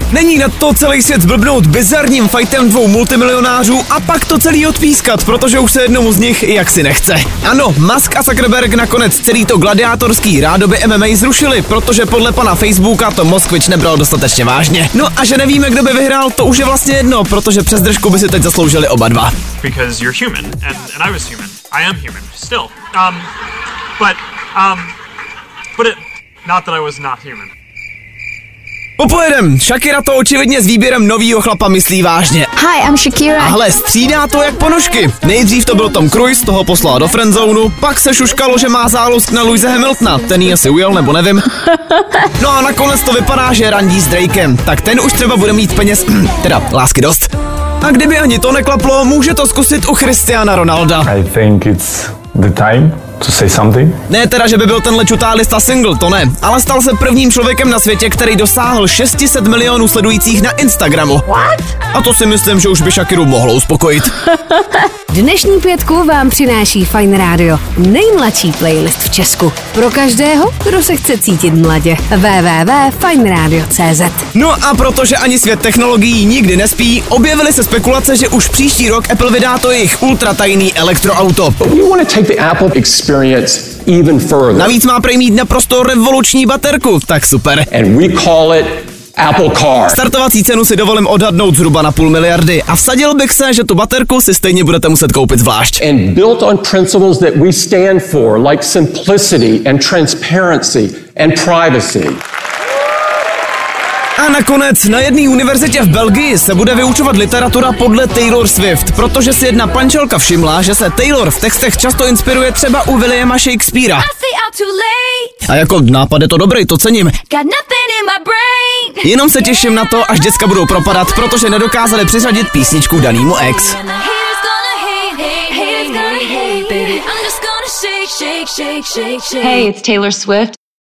Není na to celý svět zblbnout bizarním fightem dvou multimilionářů a pak to celý odpískat, protože už se jednomu z nich jaksi nechce. Ano, Musk a Zuckerberg nakonec celý to gladiátorský rádoby MMA zrušili, protože podle pana Facebooka to Moskvič nebral dostatečně vážně. No a že nevíme, kdo by vyhrál, to už je vlastně jedno, protože přes držku by si teď zasloužili oba dva. Because you're human and I was human. I am human still. Not that I was not human. Popojedem, Shakira to očividně s výběrem novýho chlapa myslí vážně. Hi, I'm Shakira. Ahle, střídá to jak ponožky. Nejdřív to byl Tom Cruise, toho poslala do friendzonu, pak se šuškalo, že má zálusk na Louise Hamiltona, ten jí asi ujel, nebo nevím. No a nakonec to vypadá, že randí s Drakem, tak ten už třeba bude mít peněz, teda lásky dost. A kdyby ani to neklaplo, může to zkusit u Cristiana Ronalda. I think it's the time to say something. Ne teda, že by byl tenhle čutálista single, to ne, ale stal se prvním člověkem na světě, který dosáhl 600 milionů sledujících na Instagramu. What? A to si myslím, že už by Shakiru mohlo uspokojit. Dnešní pětku vám přináší Fajn rádio. Nejmladší playlist v Česku. Pro každého, kdo se chce cítit mladě. www.fajnradio.cz. No a protože ani svět technologií nikdy nespí, objevily se spekulace, že už příští rok Apple vydá to jejich ultratajný elektroauto. Even further. Navíc má prej mít naprosto revoluční baterku, tak super. And we call it Apple Car. Startovací cenu si dovolím odhadnout zhruba na 500 miliardy a vsadil bych se, že tu baterku si stejně budete muset koupit zvlášť. And built on principles that we stand for, like simplicity and transparency and privacy. A nakonec na jedné univerzitě v Belgii se bude vyučovat literatura podle Taylor Swift, protože si jedna pančelka všimla, že se Taylor v textech často inspiruje třeba u Williama Shakespearea. A jako nápad je to dobrý, to cením. Jenom se těším na to, až děcka budou propadat, protože nedokázali přiřadit písničku danýmu ex. Hey, it's Taylor Swift.